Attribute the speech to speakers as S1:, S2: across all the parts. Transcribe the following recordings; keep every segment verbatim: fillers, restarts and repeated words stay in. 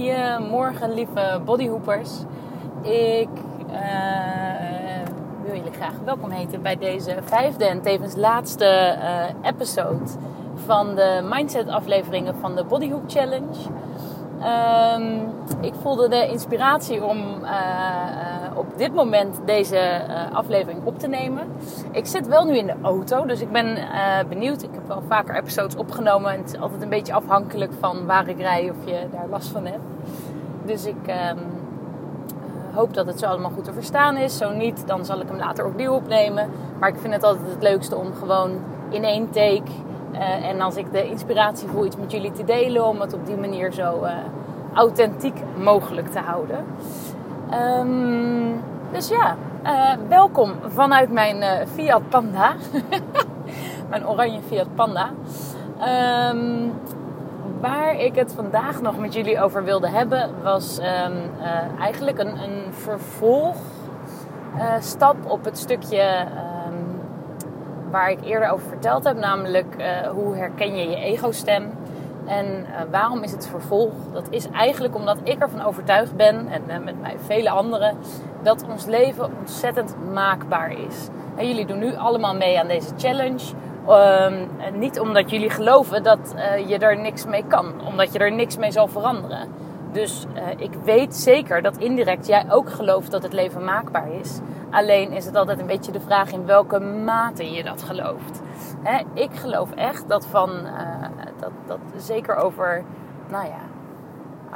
S1: Goedemorgen, lieve bodyhoopers. Ik uh, wil jullie graag welkom heten bij deze vijfde en tevens laatste uh, episode van de mindset afleveringen van de Bodyhoop Challenge. Um, ik voelde de inspiratie om uh, uh, op dit moment deze uh, aflevering op te nemen. Ik zit wel nu in de auto, dus ik ben uh, benieuwd. Ik heb wel vaker episodes opgenomen en het is altijd een beetje afhankelijk van waar ik rij of je daar last van hebt. Dus ik um, uh, hoop dat het zo allemaal goed te verstaan is. Zo niet, dan zal ik hem later opnieuw opnemen. Maar ik vind het altijd het leukste om gewoon in één take... Uh, en als ik de inspiratie voel iets met jullie te delen, om het op die manier zo uh, authentiek mogelijk te houden. Um, dus ja, uh, welkom vanuit mijn uh, Fiat Panda. Mijn oranje Fiat Panda. Um, waar ik het vandaag nog met jullie over wilde hebben, was um, uh, eigenlijk een, een vervolgstap uh, op het stukje... Uh, waar ik eerder over verteld heb, namelijk uh, hoe herken je je ego-stem en uh, waarom is het vervolg? Dat is eigenlijk omdat ik ervan overtuigd ben, en uh, met mij vele anderen, dat ons leven ontzettend maakbaar is. En jullie doen nu allemaal mee aan deze challenge. Um, niet omdat jullie geloven dat uh, je er niks mee kan, omdat je er niks mee zal veranderen. Dus uh, ik weet zeker dat indirect jij ook gelooft dat het leven maakbaar is. Alleen is het altijd een beetje de vraag in welke mate je dat gelooft. Hè, ik geloof echt dat van, uh, dat, dat zeker over, nou ja, uh,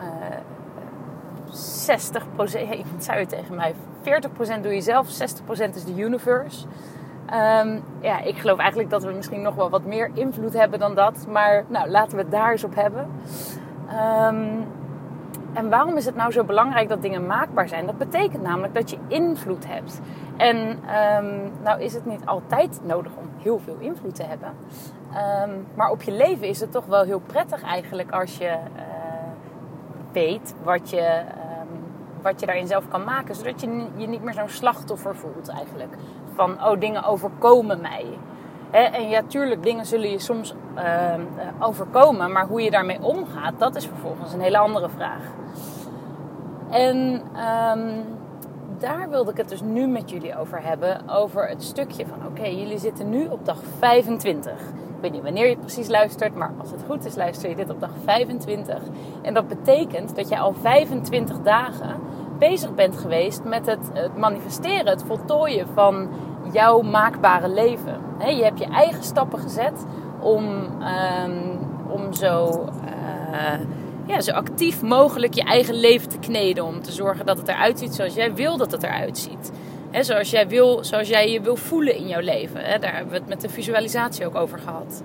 S1: zestig procent, hey, iemand zei het tegen mij, veertig procent doe je zelf, zestig procent is de universe. Um, ja, ik geloof eigenlijk dat we misschien nog wel wat meer invloed hebben dan dat. Maar nou, laten we het daar eens op hebben. Um, En waarom is het nou zo belangrijk dat dingen maakbaar zijn? Dat betekent namelijk dat je invloed hebt. En um, nou is het niet altijd nodig om heel veel invloed te hebben. Um, maar op je leven is het toch wel heel prettig eigenlijk als je uh, weet wat je, um, wat je daarin zelf kan maken. Zodat je je niet meer zo'n slachtoffer voelt eigenlijk. Van, oh, dingen overkomen mij. He, en ja, tuurlijk, dingen zullen je soms uh, overkomen. Maar hoe je daarmee omgaat, dat is vervolgens een hele andere vraag. En um, daar wilde ik het dus nu met jullie over hebben. Over het stukje van, oké, okay, jullie zitten nu op dag vijfentwintig. Ik weet niet wanneer je het precies luistert, maar als het goed is, luister je dit op dag vijfentwintig. En dat betekent dat je al vijfentwintig dagen bezig bent geweest met het, het manifesteren, het voltooien van jouw maakbare leven. He, je hebt je eigen stappen gezet om, um, om zo, uh, ja, zo actief mogelijk je eigen leven te kneden. Om te zorgen dat het eruit ziet zoals jij wil dat het eruit ziet. He, zoals, jij wil, zoals jij je wil voelen in jouw leven. He, daar hebben we het met de visualisatie ook over gehad.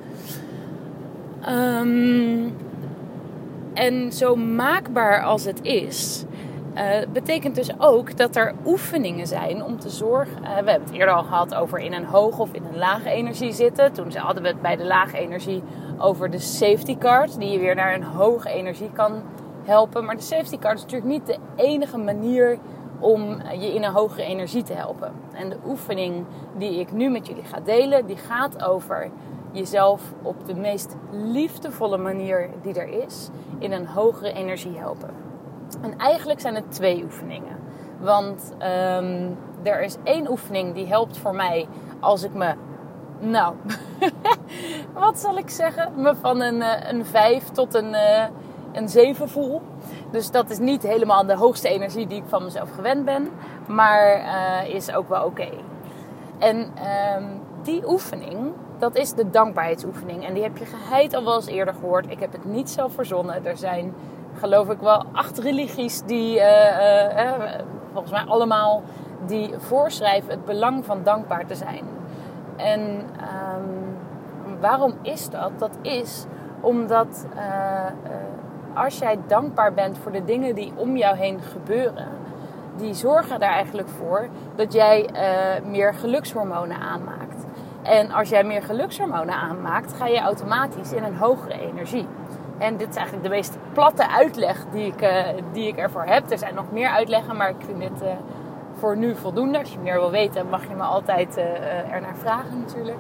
S1: Um, en zo maakbaar als het is... Uh, betekent dus ook dat er oefeningen zijn om te zorgen... Uh, we hebben het eerder al gehad over in een hoge of in een lage energie zitten. Toen hadden we het bij de lage energie over de safety card... die je weer naar een hoge energie kan helpen. Maar de safety card is natuurlijk niet de enige manier om je in een hogere energie te helpen. En de oefening die ik nu met jullie ga delen... die gaat over jezelf op de meest liefdevolle manier die er is... in een hogere energie helpen. En eigenlijk zijn het twee oefeningen. Want um, er is één oefening die helpt voor mij als ik me, nou, wat zal ik zeggen, me van een, een vijf tot een, een zeven voel. Dus dat is niet helemaal de hoogste energie die ik van mezelf gewend ben, maar uh, is ook wel oké. Okay. En um, die oefening, dat is de dankbaarheidsoefening. En die heb je geheid al wel eens eerder gehoord. Ik heb het niet zelf verzonnen. Er zijn... geloof ik wel acht religies die uh, uh, uh, volgens mij allemaal die voorschrijven het belang van dankbaar te zijn. En um, waarom is dat? Dat is omdat uh, uh, als jij dankbaar bent voor de dingen die om jou heen gebeuren, die zorgen daar eigenlijk voor dat jij uh, meer gelukshormonen aanmaakt. En als jij meer gelukshormonen aanmaakt, ga je automatisch in een hogere energie. En dit is eigenlijk de meest platte uitleg die ik, uh, die ik ervoor heb. Er zijn nog meer uitleggen, maar ik vind dit uh, voor nu voldoende. Als je meer wil weten, mag je me altijd uh, ernaar vragen natuurlijk.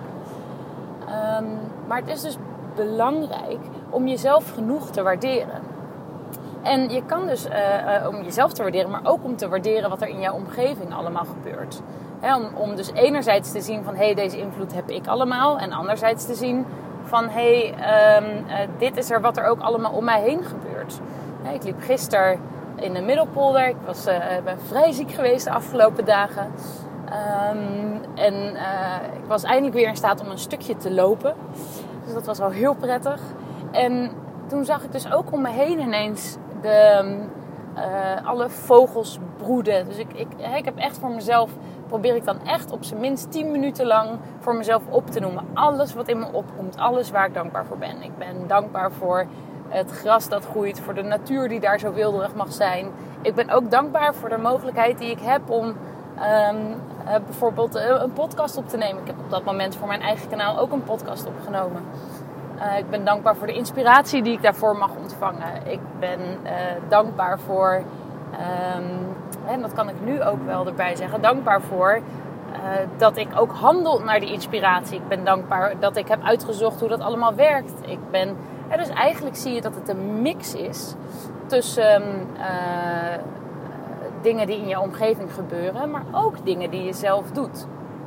S1: Um, maar het is dus belangrijk om jezelf genoeg te waarderen. En je kan dus, uh, uh, om jezelf te waarderen, maar ook om te waarderen wat er in jouw omgeving allemaal gebeurt. He, om, om dus enerzijds te zien van, hé, hey, deze invloed heb ik allemaal. En anderzijds te zien van, hé, hey, um, uh, dit is er wat er ook allemaal om mij heen gebeurt. He, ik liep gisteren in de Middelpolder. Ik was, uh, ben vrij ziek geweest de afgelopen dagen. Um, en uh, ik was eindelijk weer in staat om een stukje te lopen. Dus dat was wel heel prettig. En toen zag ik dus ook om me heen ineens de, uh, alle vogels broeden. Dus ik, ik, ik heb echt voor mezelf, probeer ik dan echt op zijn minst tien minuten lang voor mezelf op te noemen. Alles wat in me opkomt, alles waar ik dankbaar voor ben. Ik ben dankbaar voor het gras dat groeit, voor de natuur die daar zo wilderig mag zijn. Ik ben ook dankbaar voor de mogelijkheid die ik heb om um, uh, bijvoorbeeld uh, een podcast op te nemen. Ik heb op dat moment voor mijn eigen kanaal ook een podcast opgenomen. Uh, ik ben dankbaar voor de inspiratie die ik daarvoor mag ontvangen. Ik ben uh, dankbaar voor, um, en dat kan ik nu ook wel erbij zeggen, dankbaar voor uh, dat ik ook handel naar die inspiratie. Ik ben dankbaar dat ik heb uitgezocht hoe dat allemaal werkt. Ik ben, ja, dus eigenlijk zie je dat het een mix is tussen uh, dingen die in je omgeving gebeuren, maar ook dingen die je zelf doet.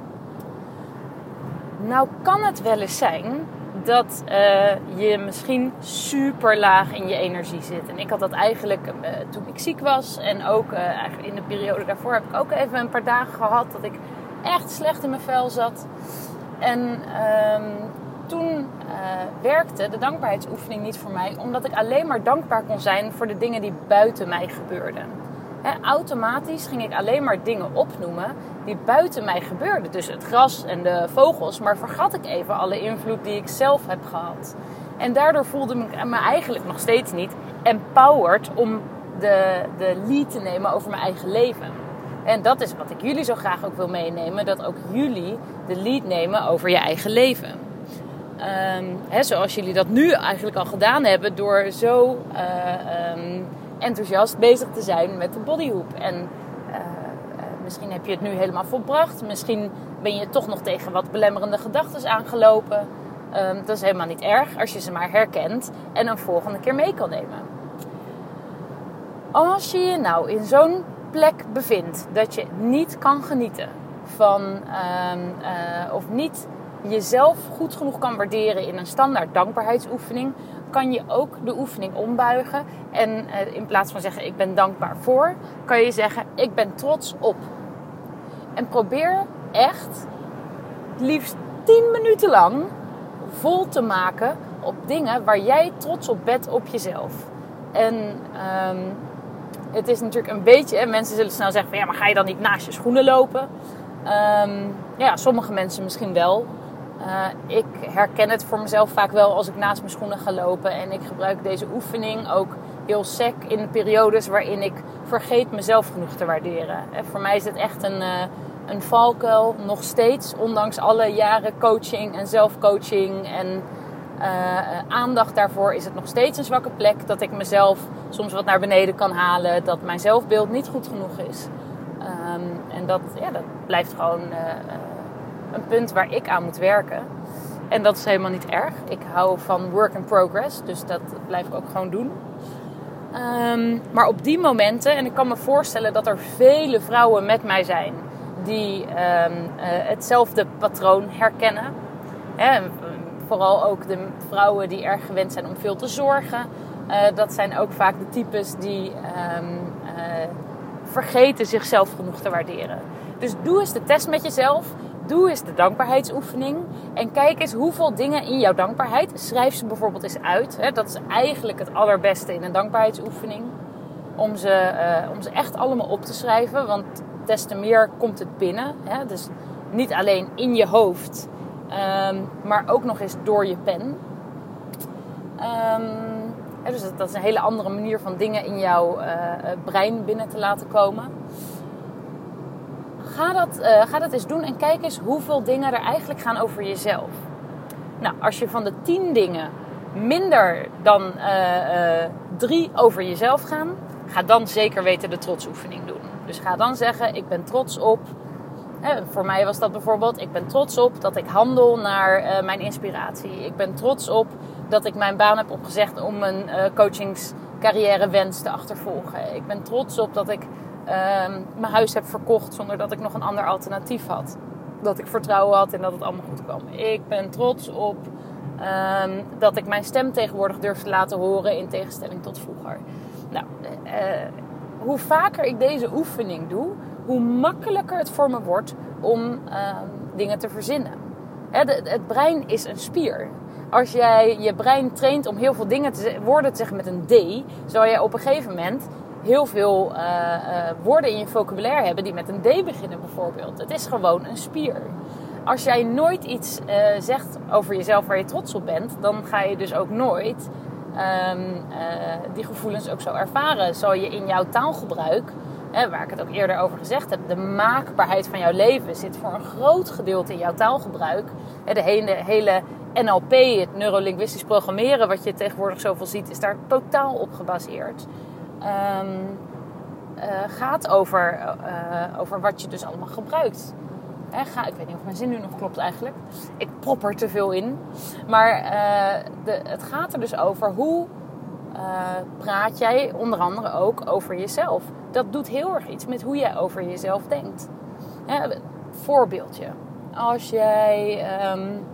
S1: Nou kan het wel eens zijn dat uh, je misschien super laag in je energie zit. En ik had dat eigenlijk uh, toen ik ziek was. En ook uh, eigenlijk in de periode daarvoor heb ik ook even een paar dagen gehad dat ik echt slecht in mijn vel zat. En uh, toen uh, werkte de dankbaarheidsoefening niet voor mij. Omdat ik alleen maar dankbaar kon zijn voor de dingen die buiten mij gebeurden. He, automatisch ging ik alleen maar dingen opnoemen die buiten mij gebeurden. Dus het gras en de vogels. Maar vergat ik even alle invloed die ik zelf heb gehad. En daardoor voelde ik me eigenlijk nog steeds niet empowered om de, de lead te nemen over mijn eigen leven. En dat is wat ik jullie zo graag ook wil meenemen. Dat ook jullie de lead nemen over je eigen leven. Um, he, zoals jullie dat nu eigenlijk al gedaan hebben door zo Uh, um, enthousiast bezig te zijn met de bodyhoop. En uh, uh, misschien heb je het nu helemaal volbracht. Misschien ben je toch nog tegen wat belemmerende gedachten aangelopen. Um, dat is helemaal niet erg als je ze maar herkent en een volgende keer mee kan nemen. Als je je nou in zo'n plek bevindt dat je niet kan genieten van um, uh, of niet jezelf goed genoeg kan waarderen in een standaard dankbaarheidsoefening, kan je ook de oefening ombuigen. En uh, in plaats van zeggen ik ben dankbaar voor, kan je zeggen ik ben trots op. En probeer echt liefst tien minuten lang vol te maken op dingen waar jij trots op bent op jezelf. En um, het is natuurlijk een beetje, hè, mensen zullen snel zeggen van ja, maar ga je dan niet naast je schoenen lopen? Um, ja, sommige mensen misschien wel. Uh, ik herken het voor mezelf vaak wel als ik naast mijn schoenen ga lopen. En ik gebruik deze oefening ook heel sec in de periodes waarin ik vergeet mezelf genoeg te waarderen. En voor mij is het echt een, uh, een valkuil, nog steeds. Ondanks alle jaren coaching en zelfcoaching en uh, aandacht daarvoor is het nog steeds een zwakke plek. Dat ik mezelf soms wat naar beneden kan halen. Dat mijn zelfbeeld niet goed genoeg is. Um, en dat, ja, dat blijft gewoon Uh, een punt waar ik aan moet werken. En dat is helemaal niet erg. Ik hou van work in progress. Dus dat blijf ik ook gewoon doen. Um, maar op die momenten, en ik kan me voorstellen dat er vele vrouwen met mij zijn die um, uh, hetzelfde patroon herkennen. Hè, vooral ook de vrouwen die erg gewend zijn om veel te zorgen. Uh, dat zijn ook vaak de types die um, uh, vergeten zichzelf genoeg te waarderen. Dus doe eens de test met jezelf. Doe eens de dankbaarheidsoefening. En kijk eens hoeveel dingen in jouw dankbaarheid. Schrijf ze bijvoorbeeld eens uit. Hè? Dat is eigenlijk het allerbeste in een dankbaarheidsoefening. Om ze, uh, om ze echt allemaal op te schrijven. Want des te meer komt het binnen. Hè? Dus niet alleen in je hoofd. Um, maar ook nog eens door je pen. Um, hè, dus dat, dat is een hele andere manier van dingen in jouw uh, brein binnen te laten komen. Ga dat, uh, ga dat eens doen en kijk eens hoeveel dingen er eigenlijk gaan over jezelf. Nou, als je van de tien dingen minder dan uh, uh, drie over jezelf gaan, ga dan zeker weten de trotsoefening doen. Dus ga dan zeggen, ik ben trots op. Eh, voor mij was dat bijvoorbeeld, ik ben trots op dat ik handel naar uh, mijn inspiratie. Ik ben trots op dat ik mijn baan heb opgezegd om een uh, coachings carrièrewens te achtervolgen. Ik ben trots op dat ik uh, mijn huis heb verkocht zonder dat ik nog een ander alternatief had. Dat ik vertrouwen had en dat het allemaal goed kwam. Ik ben trots op uh, dat ik mijn stem tegenwoordig durf te laten horen in tegenstelling tot vroeger. Nou, uh, hoe vaker ik deze oefening doe, hoe makkelijker het voor me wordt om uh, dingen te verzinnen. Hè, de, het brein is een spier. Als jij je brein traint om heel veel dingen te, woorden te zeggen met een D, zal je op een gegeven moment heel veel uh, uh, woorden in je vocabulaire hebben die met een D beginnen bijvoorbeeld. Het is gewoon een spier. Als jij nooit iets uh, zegt over jezelf waar je trots op bent, dan ga je dus ook nooit um, uh, die gevoelens ook zo ervaren. Zal je in jouw taalgebruik, hè, waar ik het ook eerder over gezegd heb, de maakbaarheid van jouw leven zit voor een groot gedeelte in jouw taalgebruik. De hele, hele N L P, het neurolinguistisch programmeren, wat je tegenwoordig zoveel ziet, is daar totaal op gebaseerd. Um, uh, gaat over, uh, over wat je dus allemaal gebruikt. He, ga, ik weet niet of mijn zin nu nog klopt eigenlijk. Ik prop er te veel in. Maar uh, de, het gaat er dus over hoe uh, praat jij onder andere ook over jezelf. Dat doet heel erg iets met hoe jij over jezelf denkt. He, voorbeeldje. Als jij... Um,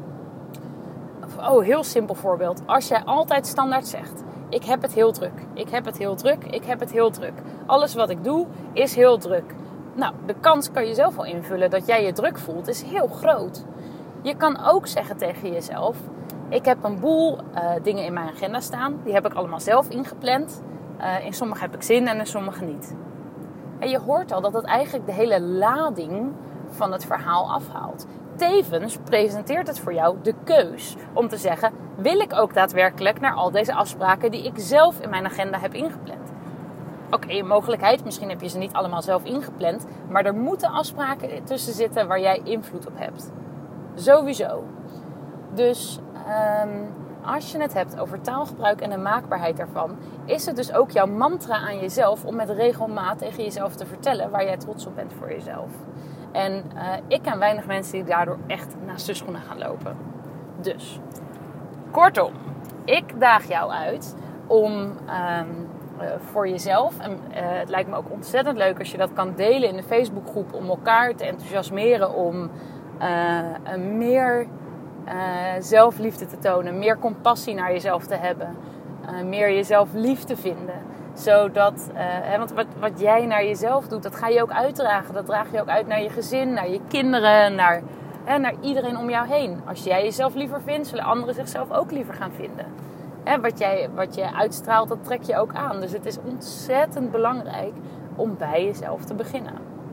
S1: oh, heel simpel voorbeeld. Als jij altijd standaard zegt... Ik heb het heel druk. Ik heb het heel druk. Ik heb het heel druk. Alles wat ik doe is heel druk. Nou, de kans kan je zelf wel invullen dat jij je druk voelt is heel groot. Je kan ook zeggen tegen jezelf... Ik heb een boel uh, dingen in mijn agenda staan. Die heb ik allemaal zelf ingepland. Uh, in sommige heb ik zin en in sommige niet. En je hoort al dat het eigenlijk de hele lading van het verhaal afhaalt. Tevens presenteert het voor jou de keus om te zeggen... wil ik ook daadwerkelijk naar al deze afspraken die ik zelf in mijn agenda heb ingepland? Oké, okay, een mogelijkheid. Misschien heb je ze niet allemaal zelf ingepland. Maar er moeten afspraken tussen zitten waar jij invloed op hebt. Sowieso. Dus um, als je het hebt over taalgebruik en de maakbaarheid daarvan... is het dus ook jouw mantra aan jezelf om met regelmaat tegen jezelf te vertellen... waar jij trots op bent voor jezelf. En uh, ik ken weinig mensen die daardoor echt naast de schoenen gaan lopen. Dus, kortom, ik daag jou uit om um, uh, voor jezelf... en uh, het lijkt me ook ontzettend leuk als je dat kan delen in de Facebookgroep... om elkaar te enthousiasmeren om uh, een meer uh, zelfliefde te tonen... meer compassie naar jezelf te hebben... Uh, meer jezelf lief te vinden... Zodat, uh, hè, want wat, wat jij naar jezelf doet, dat ga je ook uitdragen. Dat draag je ook uit naar je gezin, naar je kinderen, naar, hè, naar iedereen om jou heen. Als jij jezelf liever vindt, zullen anderen zichzelf ook liever gaan vinden. Hè, wat, jij, wat je uitstraalt, dat trek je ook aan. Dus het is ontzettend belangrijk om bij jezelf te beginnen.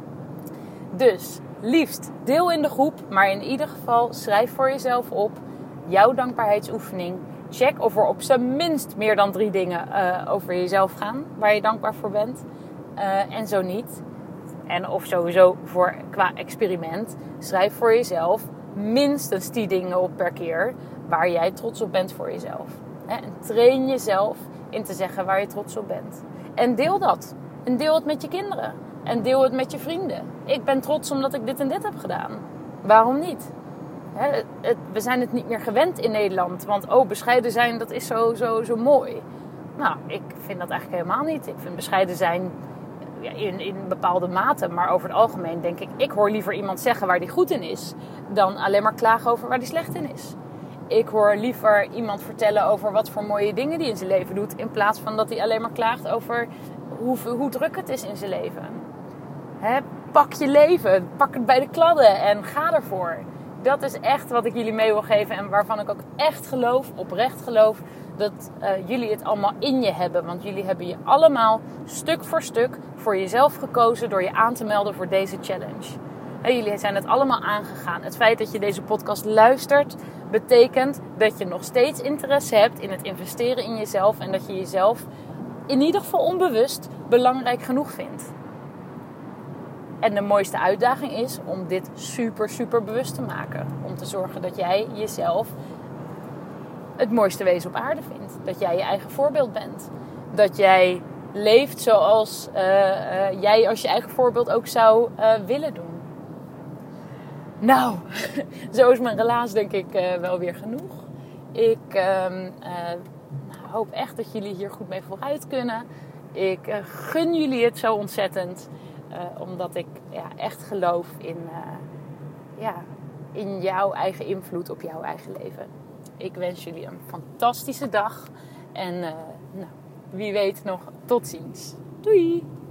S1: Dus, liefst deel in de groep, maar in ieder geval schrijf voor jezelf op jouw dankbaarheidsoefening. Check of er op zijn minst meer dan drie dingen uh, over jezelf gaan waar je dankbaar voor bent. Uh, en zo niet. En of sowieso voor qua experiment. Schrijf voor jezelf minstens die dingen op per keer waar jij trots op bent voor jezelf. Hè? En train jezelf in te zeggen waar je trots op bent. En deel dat. En deel het met je kinderen. En deel het met je vrienden. Ik ben trots omdat ik dit en dit heb gedaan. Waarom niet? He, het, we zijn het niet meer gewend in Nederland. Want oh, bescheiden zijn, dat is zo, zo, zo mooi. Nou, ik vind dat eigenlijk helemaal niet. Ik vind bescheiden zijn ja, in, in bepaalde mate. Maar over het algemeen denk ik... ik hoor liever iemand zeggen waar die goed in is... dan alleen maar klagen over waar die slecht in is. Ik hoor liever iemand vertellen over wat voor mooie dingen die in zijn leven doet... in plaats van dat hij alleen maar klaagt over hoe, hoe druk het is in zijn leven. He, pak je leven, pak het bij de kladden en ga ervoor. Dat is echt wat ik jullie mee wil geven en waarvan ik ook echt geloof, oprecht geloof, dat uh, jullie het allemaal in je hebben. Want jullie hebben je allemaal stuk voor stuk voor jezelf gekozen door je aan te melden voor deze challenge. En jullie zijn het allemaal aangegaan. Het feit dat je deze podcast luistert, betekent dat je nog steeds interesse hebt in het investeren in jezelf en dat je jezelf in ieder geval onbewust belangrijk genoeg vindt. En de mooiste uitdaging is om dit super, super bewust te maken. Om te zorgen dat jij jezelf het mooiste wezen op aarde vindt. Dat jij je eigen voorbeeld bent. Dat jij leeft zoals uh, uh, jij als je eigen voorbeeld ook zou uh, willen doen. Nou, zo is mijn relaas denk ik uh, wel weer genoeg. Ik uh, uh, hoop echt dat jullie hier goed mee vooruit kunnen. Ik uh, gun jullie het zo ontzettend. Uh, omdat ik ja, echt geloof in, uh, ja, in jouw eigen invloed op jouw eigen leven. Ik wens jullie een fantastische dag. En uh, nou, wie weet nog, tot ziens. Doei!